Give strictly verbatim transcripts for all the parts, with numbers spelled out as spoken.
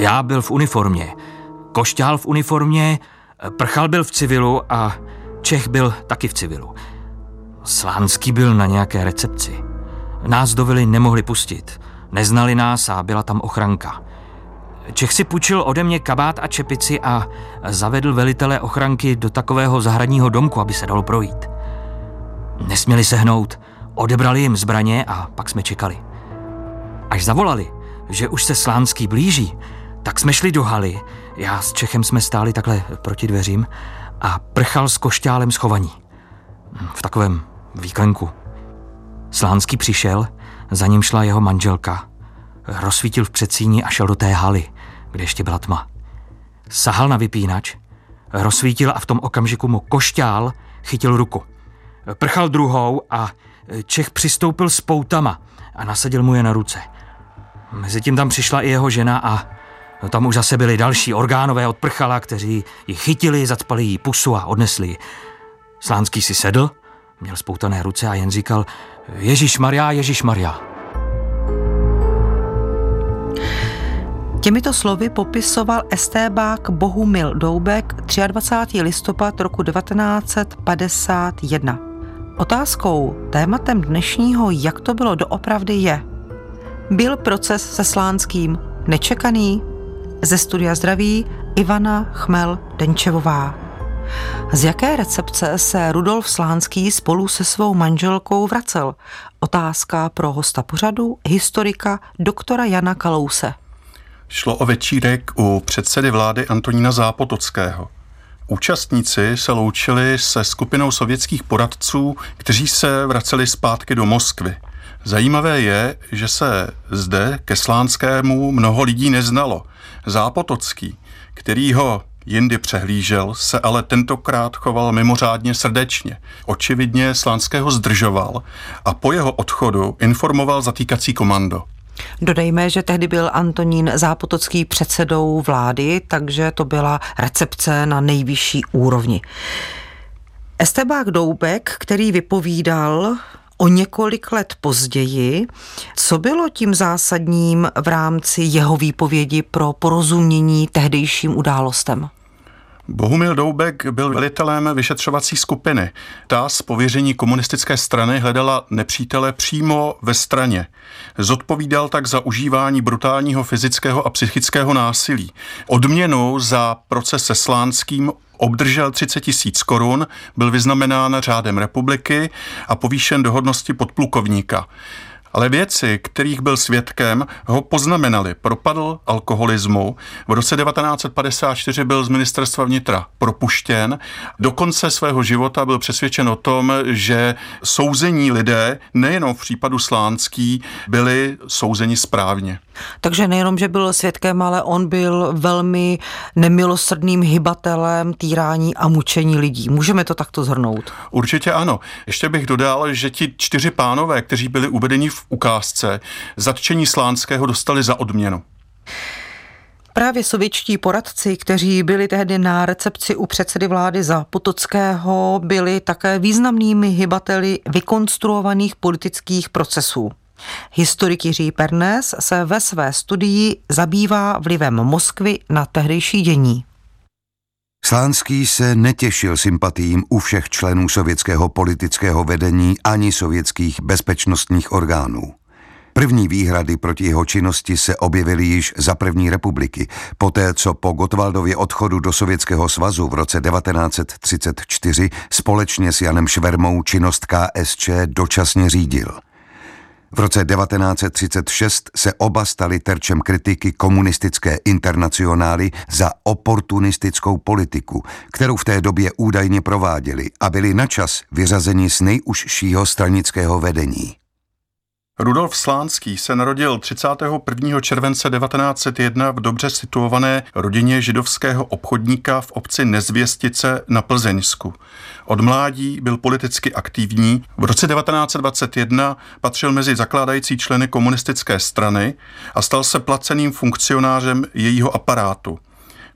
Já byl v uniformě, Košťál v uniformě, Prchal byl v civilu a Čech byl taky v civilu. Slánský byl na nějaké recepci. Nás do vily nemohli pustit. Neznali nás a byla tam ochranka. Čech si půjčil ode mě kabát a čepici a zavedl velitele ochranky do takového zahradního domku, aby se dalo projít. Nesměli se hnout, odebrali jim zbraně a pak jsme čekali. Až zavolali, že už se Slánský blíží, tak jsme šli do haly. Já s Čechem jsme stáli takhle proti dveřím a Prchal s Košťálem schovaní. V takovém výklenku. Slánský přišel, za ním šla jeho manželka. Rozsvítil v předsíni a šel do té haly, kde ještě byla tma. Sahal na vypínač, rozsvítil a v tom okamžiku mu Košťál chytil ruku. Prchal druhou a Čech přistoupil s poutama a nasadil mu je na ruce. Mezitím tam přišla i jeho žena a tam už zase byli další orgánové od Prchala, kteří ji chytili, zacpali jí pusu a odnesli ji. Slánský si sedl, měl spoutané ruce a jen říkal Ježišmarja, Ježišmarja. Těmito slovy popisoval estébák Bohumil Doubek dvacátého třetího listopad roku devatenáct set padesát jedna. Otázkou, tématem dnešního Jak to bylo doopravdy je: byl proces se Slánským nečekaný? Ze studia zdraví Ivana Chmel-Denčevová. Z jaké recepce se Rudolf Slánský spolu se svou manželkou vracel? Otázka pro hosta pořadu, historika doktora Jana Kalouse. Šlo o večírek u předsedy vlády Antonína Zápotockého. Účastníci se loučili se skupinou sovětských poradců, kteří se vraceli zpátky do Moskvy. Zajímavé je, že se zde ke Slánskému mnoho lidí neznalo. Zápotocký, který ho jindy přehlížel, se ale tentokrát choval mimořádně srdečně. Očividně Slánského zdržoval a po jeho odchodu informoval zatýkací komando. Dodejme, že tehdy byl Antonín Zápotocký předsedou vlády, takže to byla recepce na nejvyšší úrovni. Estébák Doubek, který vypovídal o několik let později, co bylo tím zásadním v rámci jeho výpovědi pro porozumění tehdejším událostem? Bohumil Doubek byl velitelem vyšetřovací skupiny. Ta z pověření komunistické strany hledala nepřítele přímo ve straně. Zodpovídal tak za užívání brutálního fyzického a psychického násilí. Odměnu za proces se Slánským obdržel třicet tisíc korun, byl vyznamenán řádem republiky a povýšen do hodnosti podplukovníka. Ale věci, kterých byl svědkem, ho poznamenali. Propadl alkoholismu. V roce devatenáct set padesát čtyři byl z ministerstva vnitra propuštěn. Do konce svého života byl přesvědčen o tom, že souzení lidé, nejenom v případu Slánský, byli souzeni správně. Takže nejenom, že byl svědkem, ale on byl velmi nemilosrdným hybatelem týrání a mučení lidí. Můžeme to takto shrnout? Určitě ano. Ještě bych dodal, že ti čtyři pánové, kteří byli uvedeni v ukázce, zatčení Slánského dostali za odměnu. Právě sovětští poradci, kteří byli tehdy na recepci u předsedy vlády Zápotockého, byli také významnými hybateli vykonstruovaných politických procesů. Historik Jiří Pernes se ve své studii zabývá vlivem Moskvy na tehdejší dění. Slánský se netěšil sympatiím u všech členů sovětského politického vedení ani sovětských bezpečnostních orgánů. První výhrady proti jeho činnosti se objevily již za první republiky, poté co po Gottwaldově odchodu do Sovětského svazu v roce devatenáct set třicet čtyři společně s Janem Švermou činnost K S Č dočasně řídil. V roce devatenáct set třicet šest se oba stali terčem kritiky komunistické internacionály za oportunistickou politiku, kterou v té době údajně prováděli a byli načas vyřazeni z nejužšího stranického vedení. Rudolf Slánský se narodil třicátého prvního července devatenáct set jedna v dobře situované rodině židovského obchodníka v obci Nezvěstice na Plzeňsku. Od mládí byl politicky aktivní. V roce devatenáct set dvacet jedna patřil mezi zakládající členy komunistické strany a stal se placeným funkcionářem jejího aparátu.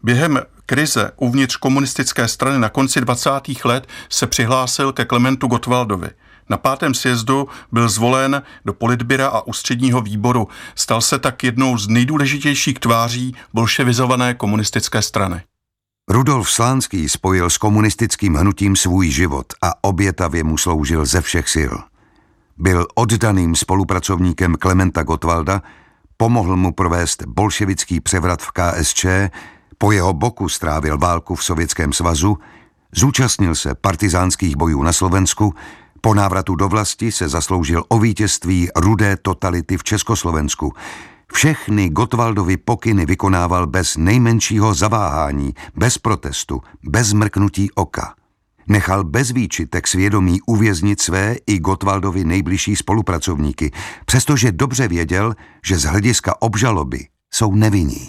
Během krize uvnitř komunistické strany na konci dvacátých let se přihlásil ke Klementu Gottwaldovi. Na pátém sjezdu byl zvolen do politbyra a ústředního výboru. Stal se tak jednou z nejdůležitějších tváří bolševizované komunistické strany. Rudolf Slánský spojil s komunistickým hnutím svůj život a obětavě mu sloužil ze všech sil. Byl oddaným spolupracovníkem Klementa Gottwalda, pomohl mu provést bolševický převrat v K S Č, po jeho boku strávil válku v Sovětském svazu, zúčastnil se partizánských bojů na Slovensku, po návratu do vlasti se zasloužil o vítězství rudé totality v Československu. Všechny Gottwaldovy pokyny vykonával bez nejmenšího zaváhání, bez protestu, bez mrknutí oka. Nechal bez výčitek svědomí uvěznit své i Gottwaldovi nejbližší spolupracovníky, přestože dobře věděl, že z hlediska obžaloby jsou nevinní.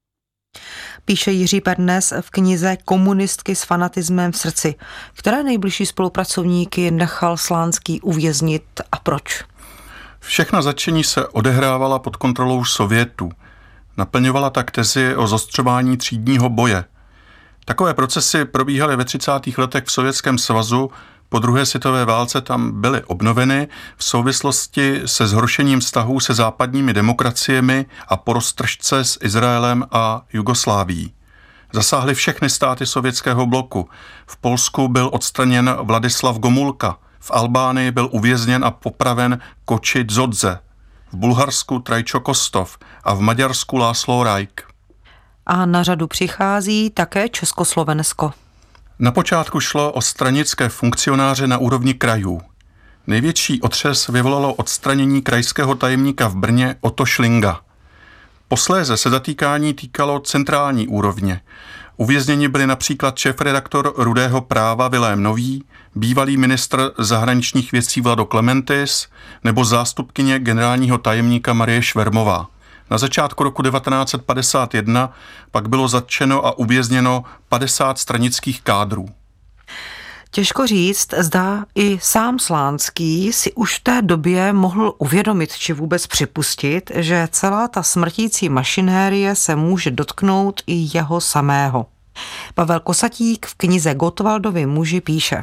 Píše Jiří Pernes v knize Komunistky s fanatismem v srdci. Které nejbližší spolupracovníky nechal Slánský uvěznit a proč? Všechna zatčení se odehrávala pod kontrolou Sovětů. Naplňovala tak tezi o zostřování třídního boje. Takové procesy probíhaly ve třicátých letech v Sovětském svazu, po druhé světové válce tam byly obnoveny v souvislosti se zhoršením vztahů se západními demokraciemi a po roztržce s Izraelem a Jugoslávií. Zasáhly všechny státy sovětského bloku. V Polsku byl odstraněn Vladislav Gomulka, v Albánii byl uvězněn a popraven Koči Dzodze, v Bulharsku Trajčo Kostov a v Maďarsku László Rajk. A na řadu přichází také Československo. Na počátku šlo o stranické funkcionáře na úrovni krajů. Největší otřes vyvolalo odstranění krajského tajemníka v Brně Otto Schlinga. Posléze se zatýkání týkalo centrální úrovně. Uvězněni byli například šéfredaktor Rudého práva Vilém Nový, bývalý ministr zahraničních věcí Vlado Klementis nebo zástupkyně generálního tajemníka Marie Švermová. Na začátku roku devatenáct set padesát jedna pak bylo zatčeno a uvězněno padesát stranických kádrů. Těžko říct, zda i sám Slánský si už v té době mohl uvědomit či vůbec připustit, že celá ta smrtící mašinérie se může dotknout i jeho samého. Pavel Kosatík v knize Gottwaldovi muži píše.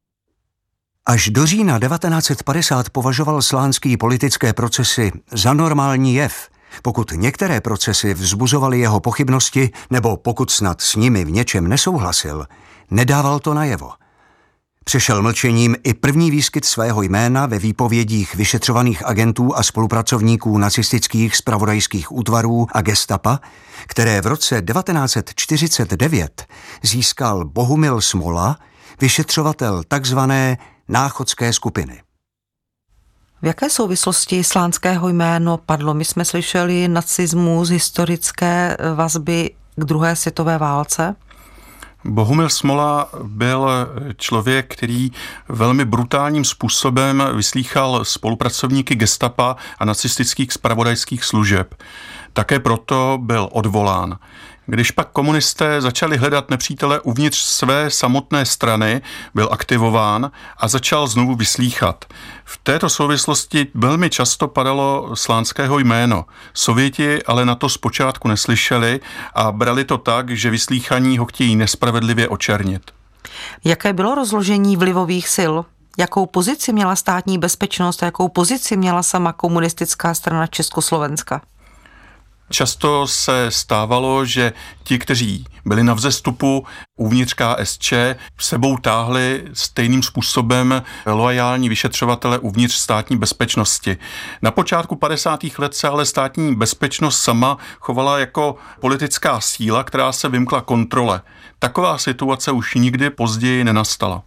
Až do října devatenáct set padesát považoval Slánský politické procesy za normální jev. Pokud některé procesy vzbuzovaly jeho pochybnosti, nebo pokud snad s nimi v něčem nesouhlasil, nedával to najevo. Přešel mlčením i první výskyt svého jména ve výpovědích vyšetřovaných agentů a spolupracovníků nacistických zpravodajských útvarů a gestapa, které v roce devatenáct set čtyřicet devět získal Bohumil Smola, vyšetřovatel takzvané náchodské skupiny. V jaké souvislosti Slánského jméno padlo? My jsme slyšeli nacismus, historické vazby k druhé světové válce. Bohumil Smola byl člověk, který velmi brutálním způsobem vyslýchal spolupracovníky gestapa a nacistických zpravodajských služeb. Také proto byl odvolán. Když pak komunisté začali hledat nepřítele uvnitř své samotné strany, byl aktivován a začal znovu vyslýchat. V této souvislosti velmi často padalo Slánského jméno. Sověti ale na to zpočátku neslyšeli a brali to tak, že vyslýchaní ho chtějí nespravedlivě očernit. Jaké bylo rozložení vlivových sil? Jakou pozici měla státní bezpečnost a jakou pozici měla sama komunistická strana Československa? Často se stávalo, že ti, kteří byli na vzestupu uvnitř K S Č, sebou táhli stejným způsobem loajální vyšetřovatele uvnitř státní bezpečnosti. Na počátku padesátých let se ale státní bezpečnost sama chovala jako politická síla, která se vymkla kontrole. Taková situace už nikdy později nenastala.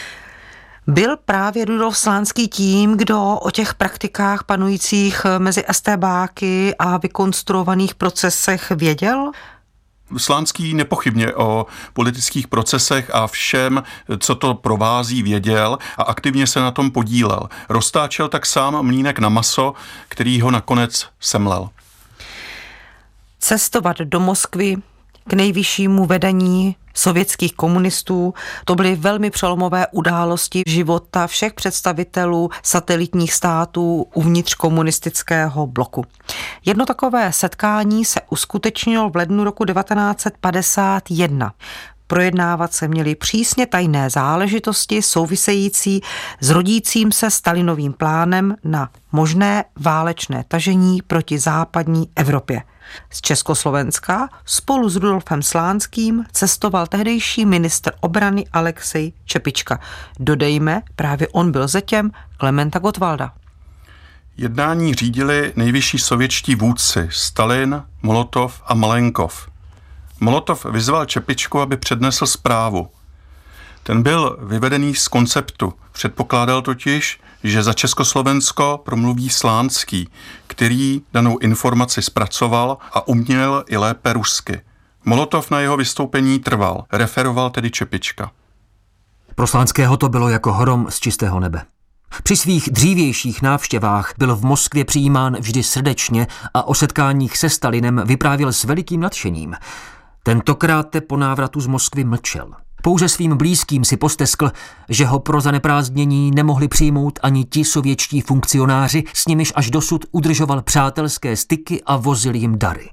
Byl právě Rudolf Slánský tím, kdo o těch praktikách panujících mezi estébáky a vykonstruovaných procesech věděl? Slánský nepochybně o politických procesech a všem, co to provází, věděl a aktivně se na tom podílel. Roztáčel tak sám mlýnek na maso, který ho nakonec semlel. Cestovat do Moskvy, k nejvyššímu vedení sovětských komunistů. To byly velmi přelomové události života všech představitelů satelitních států uvnitř komunistického bloku. Jedno takové setkání se uskutečnilo v lednu roku devatenáct set padesát jedna. Projednávat se měly přísně tajné záležitosti související s rodícím se Stalinovým plánem na možné válečné tažení proti západní Evropě. Z Československa spolu s Rudolfem Slánským cestoval tehdejší ministr obrany Alexej Čepička. Dodejme, právě on byl zetěm Klementa Gottwalda. Jednání řídili nejvyšší sovětští vůdci Stalin, Molotov a Malenkov. Molotov vyzval Čepičku, aby přednesl zprávu. Ten byl vyvedený z konceptu. Předpokládal totiž, že za Československo promluví Slánský, který danou informaci zpracoval a uměl i lépe rusky. Molotov na jeho vystoupení trval, referoval tedy Čepička. Pro Slánského to bylo jako hrom z čistého nebe. Při svých dřívějších návštěvách byl v Moskvě přijímán vždy srdečně a o setkáních se Stalinem vyprávěl s velikým nadšením. Tentokrát po návratu z Moskvy mlčel. Pouze svým blízkým si posteskl, že ho pro zaneprázdnění nemohli přijmout ani ti sovětští funkcionáři, s nimiž až dosud udržoval přátelské styky a vozil jim dary.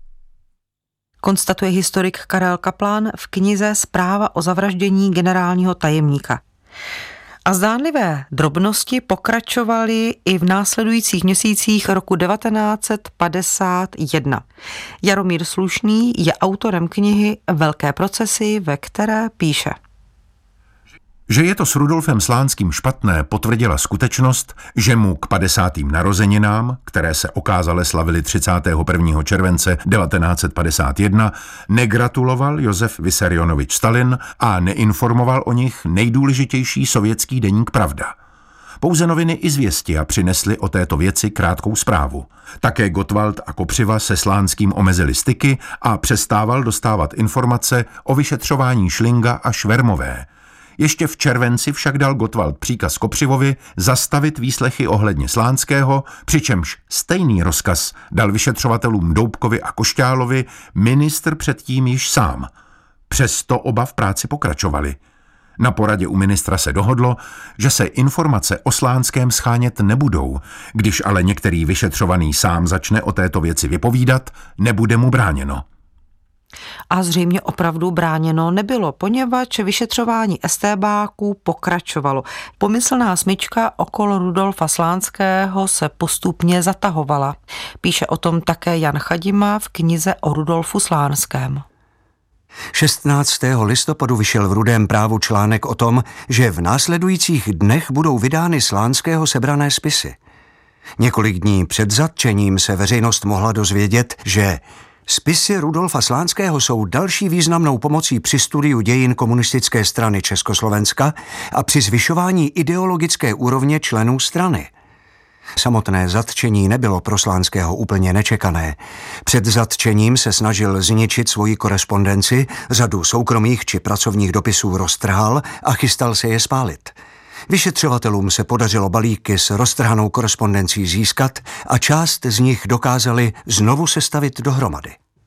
Konstatuje historik Karel Kaplan v knize Zpráva o zavraždění generálního tajemníka. A zdánlivé drobnosti pokračovaly i v následujících měsících roku devatenáct set padesát jedna. Jaromír Slušný je autorem knihy Velké procesy, ve které píše: Že je to s Rudolfem Slánským špatné, potvrdila skutečnost, že mu k padesátým narozeninám, které se okázale slavily třicátého prvního července devatenáct set padesát jedna, negratuloval Josef Vissarionovič Stalin a neinformoval o nich nejdůležitější sovětský deník Pravda. Pouze noviny Izvěstia přinesly o této věci krátkou zprávu. Také Gottwald a Kopřiva se Slánským omezili styky a přestával dostávat informace o vyšetřování Šlinga a Švermové. Ještě v červenci však dal Gottwald příkaz Kopřivovi zastavit výslechy ohledně Slánského, přičemž stejný rozkaz dal vyšetřovatelům Doubkovi a Košťálovi ministr předtím již sám. Přesto oba v práci pokračovali. Na poradě u ministra se dohodlo, že se informace o Slánském schánět nebudou, když ale některý vyšetřovaný sám začne o této věci vypovídat, nebude mu bráněno. A zřejmě opravdu bráněno nebylo, poněvadž vyšetřování estébáků pokračovalo. Pomyslná smyčka okolo Rudolfa Slánského se postupně zatahovala. Píše o tom také Jan Chadima v knize o Rudolfu Slánském. šestnáctého listopadu vyšel v Rudém právu článek o tom, že v následujících dnech budou vydány Slánského sebrané spisy. Několik dní před zatčením se veřejnost mohla dozvědět, že spisy Rudolfa Slánského jsou další významnou pomocí při studiu dějin komunistické strany Československa a při zvyšování ideologické úrovně členů strany. Samotné zatčení nebylo pro Slánského úplně nečekané. Před zatčením se snažil zničit svoji korespondenci, řadu soukromých či pracovních dopisů roztrhal a chystal se je spálit. Vyšetřovatelům se podařilo balíky s roztrhanou korespondencí získat a část z nich dokázali znovu sestavit dohromady.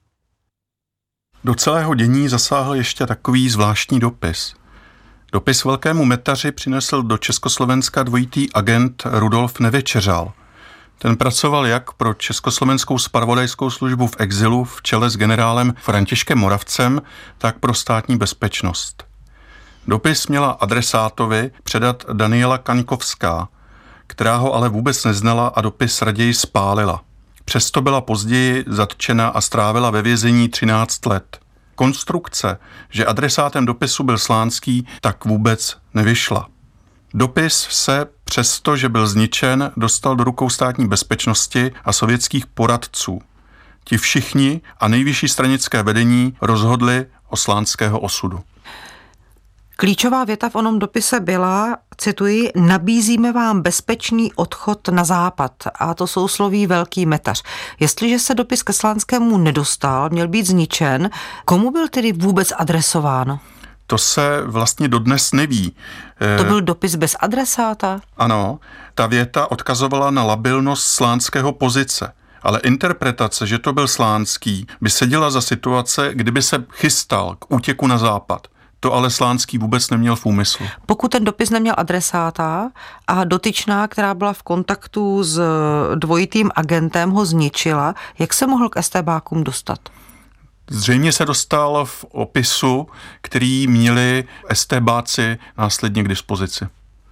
Do celého dění zasáhl ještě takový zvláštní dopis. Dopis velkému metaři přinesl do Československa dvojitý agent Rudolf Nevečeřal. Ten pracoval jak pro československou zpravodajskou službu v exilu v čele s generálem Františkem Moravcem, tak pro státní bezpečnost. Dopis měla adresátovi předat Daniela Kaňkovská, která ho ale vůbec neznala a dopis raději spálila. Přesto byla později zatčena a strávila ve vězení třináct let. Konstrukce, že adresátem dopisu byl Slánský, tak vůbec nevyšla. Dopis se, přesto, že byl zničen, dostal do rukou státní bezpečnosti a sovětských poradců. Ti všichni a nejvyšší stranické vedení rozhodli o Slánského osudu. Klíčová věta v onom dopise byla, cituji, nabízíme vám bezpečný odchod na západ. A to sousloví velký metař. Jestliže se dopis ke Slánskému nedostal, měl být zničen, komu byl tedy vůbec adresován? To se vlastně dodnes neví. To byl dopis bez adresáta? Ano, ta věta odkazovala na labilnost Slánského pozice Ale interpretace, že to byl Slánský, by seděla za situace, kdyby se chystal k útěku na západ. To ale Slánský vůbec neměl v úmyslu. Pokud ten dopis neměl adresáta a dotyčná, která byla v kontaktu s dvojitým agentem, ho zničila, jak se mohl k estébákům dostat? Zřejmě se dostal v opisu, který měli estébáci následně k dispozici.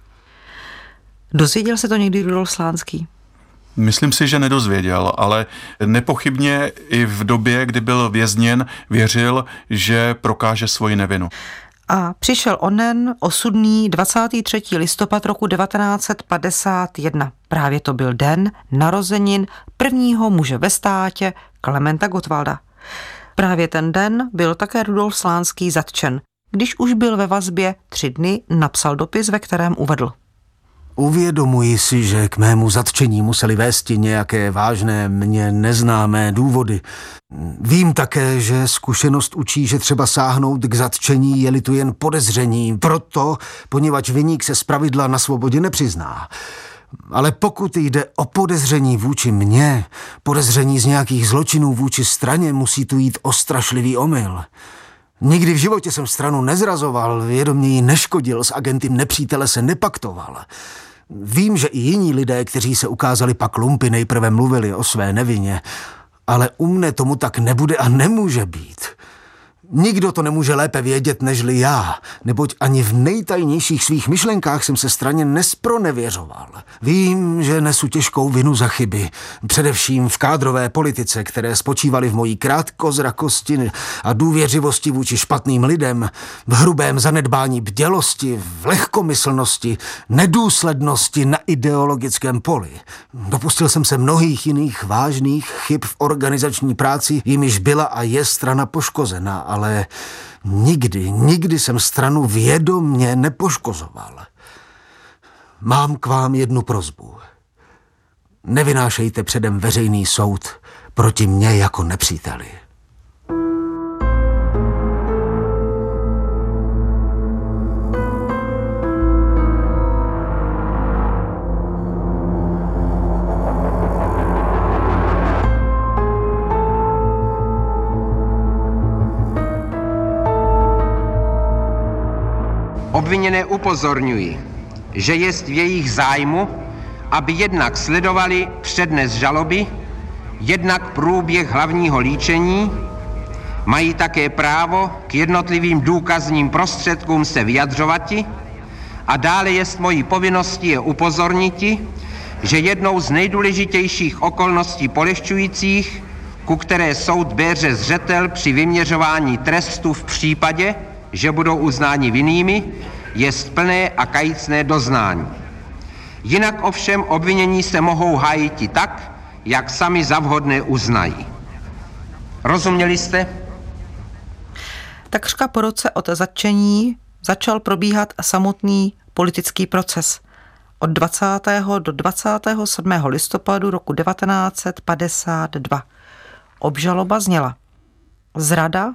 Dozvěděl se to někdy Rudolf Slánský? Myslím si, že nedozvěděl, ale nepochybně i v době, kdy byl vězněn, věřil, že prokáže svoji nevinu. A přišel onen osudný dvacátého třetího listopad roku devatenáct set padesát jedna. Právě to byl den narozenin prvního muže ve státě, Klementa Gottwalda. Právě ten den byl také Rudolf Slánský zatčen. Když už byl ve vazbě tři dny, napsal dopis, ve kterém uvedl: Uvědomuji si, že k mému zatčení museli vésti nějaké vážné, mně neznámé důvody. Vím také, že zkušenost učí, že třeba sáhnout k zatčení, je-li tu jen podezření, proto, poněvadž viník se zpravidla na svobodě nepřizná. Ale pokud jde o podezření vůči mně, podezření z nějakých zločinů vůči straně, musí tu jít o strašlivý omyl. Nikdy v životě jsem stranu nezrazoval, vědomě jí neškodil, s agenty nepřítele se nepaktoval. Vím, že i jiní lidé, kteří se ukázali pak lumpy, nejprve mluvili o své nevině, ale u mne tomu tak nebude a nemůže být. Nikdo to nemůže lépe vědět, nežli já, neboť ani v nejtajnějších svých myšlenkách jsem se straně nespronevěřoval. Vím, že nesu těžkou vinu za chyby, především v kádrové politice, které spočívaly v mojí krátkozrakosti a důvěřivosti vůči špatným lidem, v hrubém zanedbání bdělosti, v lehkomyslnosti, nedůslednosti na ideologickém poli. Dopustil jsem se mnohých jiných vážných chyb v organizační práci, jimiž byla a je strana poškozená, ale nikdy, nikdy jsem stranu vědomě nepoškozoval. Mám k vám jednu prosbu. Nevynášejte předem veřejný soud proti mně jako nepříteli. Obviněné upozorňuji, že jest v jejich zájmu, aby jednak sledovali přednes žaloby, jednak průběh hlavního líčení, mají také právo k jednotlivým důkazním prostředkům se vyjadřovati a dále jest mojí povinností je upozorniti, že jednou z nejdůležitějších okolností polehčujících, ku které soud bere zřetel při vyměřování trestu v případě, že budou uznáni vinnými, jest plné a kajícné doznání. Jinak ovšem obvinění se mohou hájiti tak, jak sami za vhodné uznají. Rozuměli jste? Takřka po roce od zatčení začal probíhat samotný politický proces. Od dvacátého do dvacátého sedmého listopadu roku devatenáct set padesát dva. Obžaloba zněla: zrada,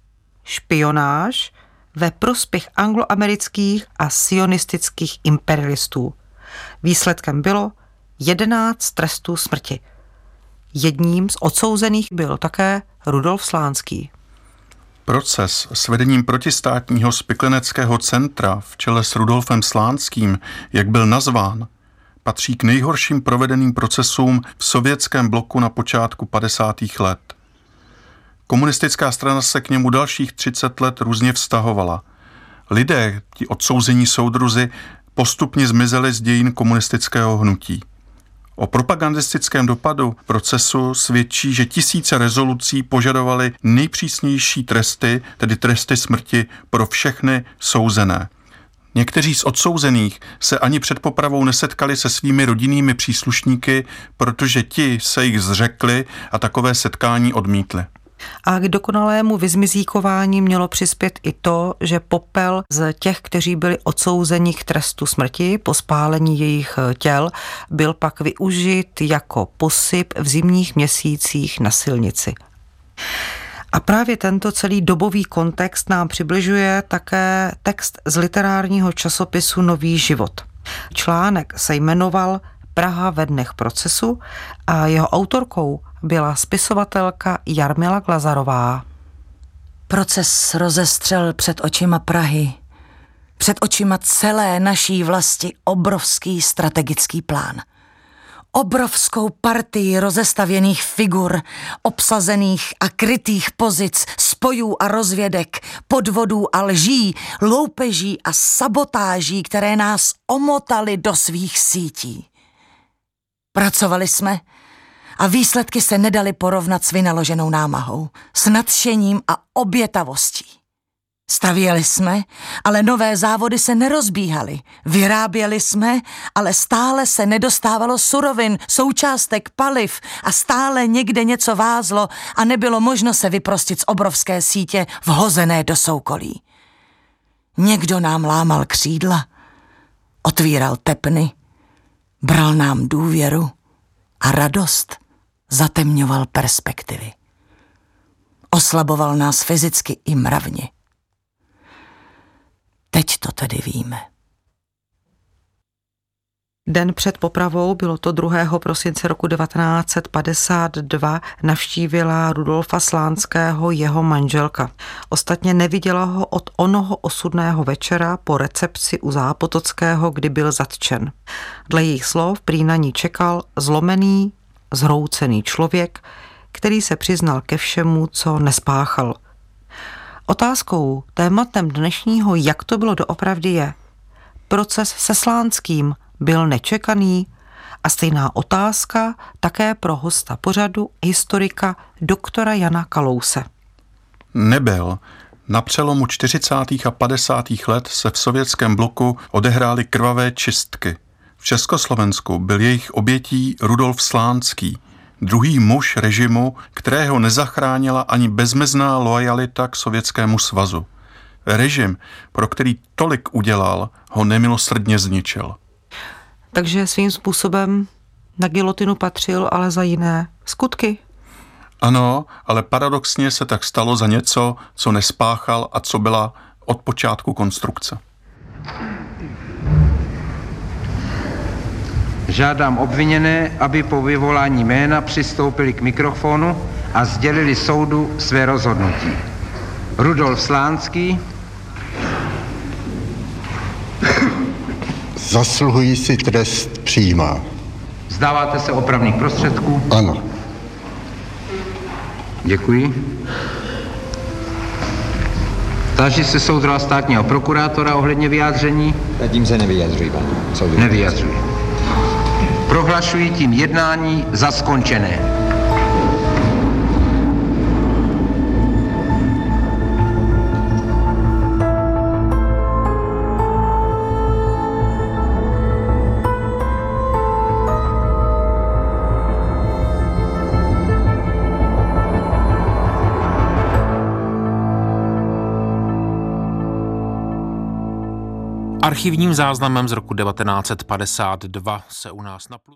špionáž ve prospěch angloamerických a sionistických imperialistů. Výsledkem bylo jedenáct trestů smrti. Jedním z odsouzených byl také Rudolf Slánský. Proces s vedením protistátního spikleneckého centra v čele s Rudolfem Slánským, jak byl nazván, patří k nejhorším provedeným procesům v sovětském bloku na počátku padesátých let. Komunistická strana se k němu dalších třicet let různě vztahovala. Lidé, ti odsouzení soudruzi, postupně zmizeli z dějin komunistického hnutí. O propagandistickém dopadu procesu svědčí, že tisíce rezolucí požadovaly nejpřísnější tresty, tedy tresty smrti pro všechny souzené. Někteří z odsouzených se ani před popravou nesetkali se svými rodinnými příslušníky, protože ti se jich zřekli a takové setkání odmítli. A k dokonalému vyzmizíkování mělo přispět i to, že popel z těch, kteří byli odsouzeni k trestu smrti po spálení jejich těl, byl pak využit jako posyp v zimních měsících na silnici. A právě tento celý dobový kontext nám přibližuje také text z literárního časopisu Nový život. Článek se jmenoval Praha ve dnech procesu a jeho autorkou byla spisovatelka Jarmila Glazarová. Proces rozestřel před očima Prahy, před očima celé naší vlasti obrovský strategický plán. Obrovskou partii rozestavěných figur, obsazených a krytých pozic, spojů a rozvědek, podvodů a lží, loupeží a sabotáží, které nás omotaly do svých sítí. Pracovali jsme a výsledky se nedaly porovnat s vynaloženou námahou, s nadšením a obětavostí. Stavěli jsme, ale nové závody se nerozbíhaly. Vyráběli jsme, ale stále se nedostávalo surovin, součástek, paliv a stále někde něco vázlo a nebylo možno se vyprostit z obrovské sítě vhozené do soukolí. Někdo nám lámal křídla, otvíral tepny, bral nám důvěru a radost zatemňoval perspektivy. Oslaboval nás fyzicky i mravně. Teď to tedy víme. Den před popravou, bylo to druhého prosince roku devatenáct set padesát dva, navštívila Rudolfa Slánského jeho manželka. Ostatně neviděla ho od onoho osudného večera po recepci u Zápotockého, kdy byl zatčen. Dle jejich slov prý na ní čekal zlomený, zhroucený člověk, který se přiznal ke všemu, co nespáchal. Otázkou, tématem dnešního Jak to bylo doopravdy je: proces se Slánským byl nečekaný? A stejná otázka také pro hosta pořadu, historika doktora Jana Kalouse. Nebyl. Na přelomu čtyřicátých a padesátých let se v sovětském bloku odehrály krvavé čistky. V Československu byl jejich obětí Rudolf Slánský, druhý muž režimu, kterého nezachránila ani bezmezná loajalita k Sovětskému svazu. Režim, pro který tolik udělal, ho nemilosrdně zničil. Takže svým způsobem na gilotinu patřil, ale za jiné skutky. Ano, ale paradoxně se tak stalo za něco, co nespáchal a co byla od počátku konstrukce. Žádám obviněné, aby po vyvolání jména přistoupili k mikrofonu a sdělili soudu své rozhodnutí. Rudolf Slánský. Zasluhují si trest přijímá. Vzdáváte se opravných prostředků? Ano. Děkuji. Táží se soudruha státního prokurátora ohledně vyjádření? Zatím se nevyjadřují, pane soudruh. Nevyjadřují. Prohlašuji tím jednání za skončené. Archivním záznamem z roku devatenáct set padesát dva se u nás na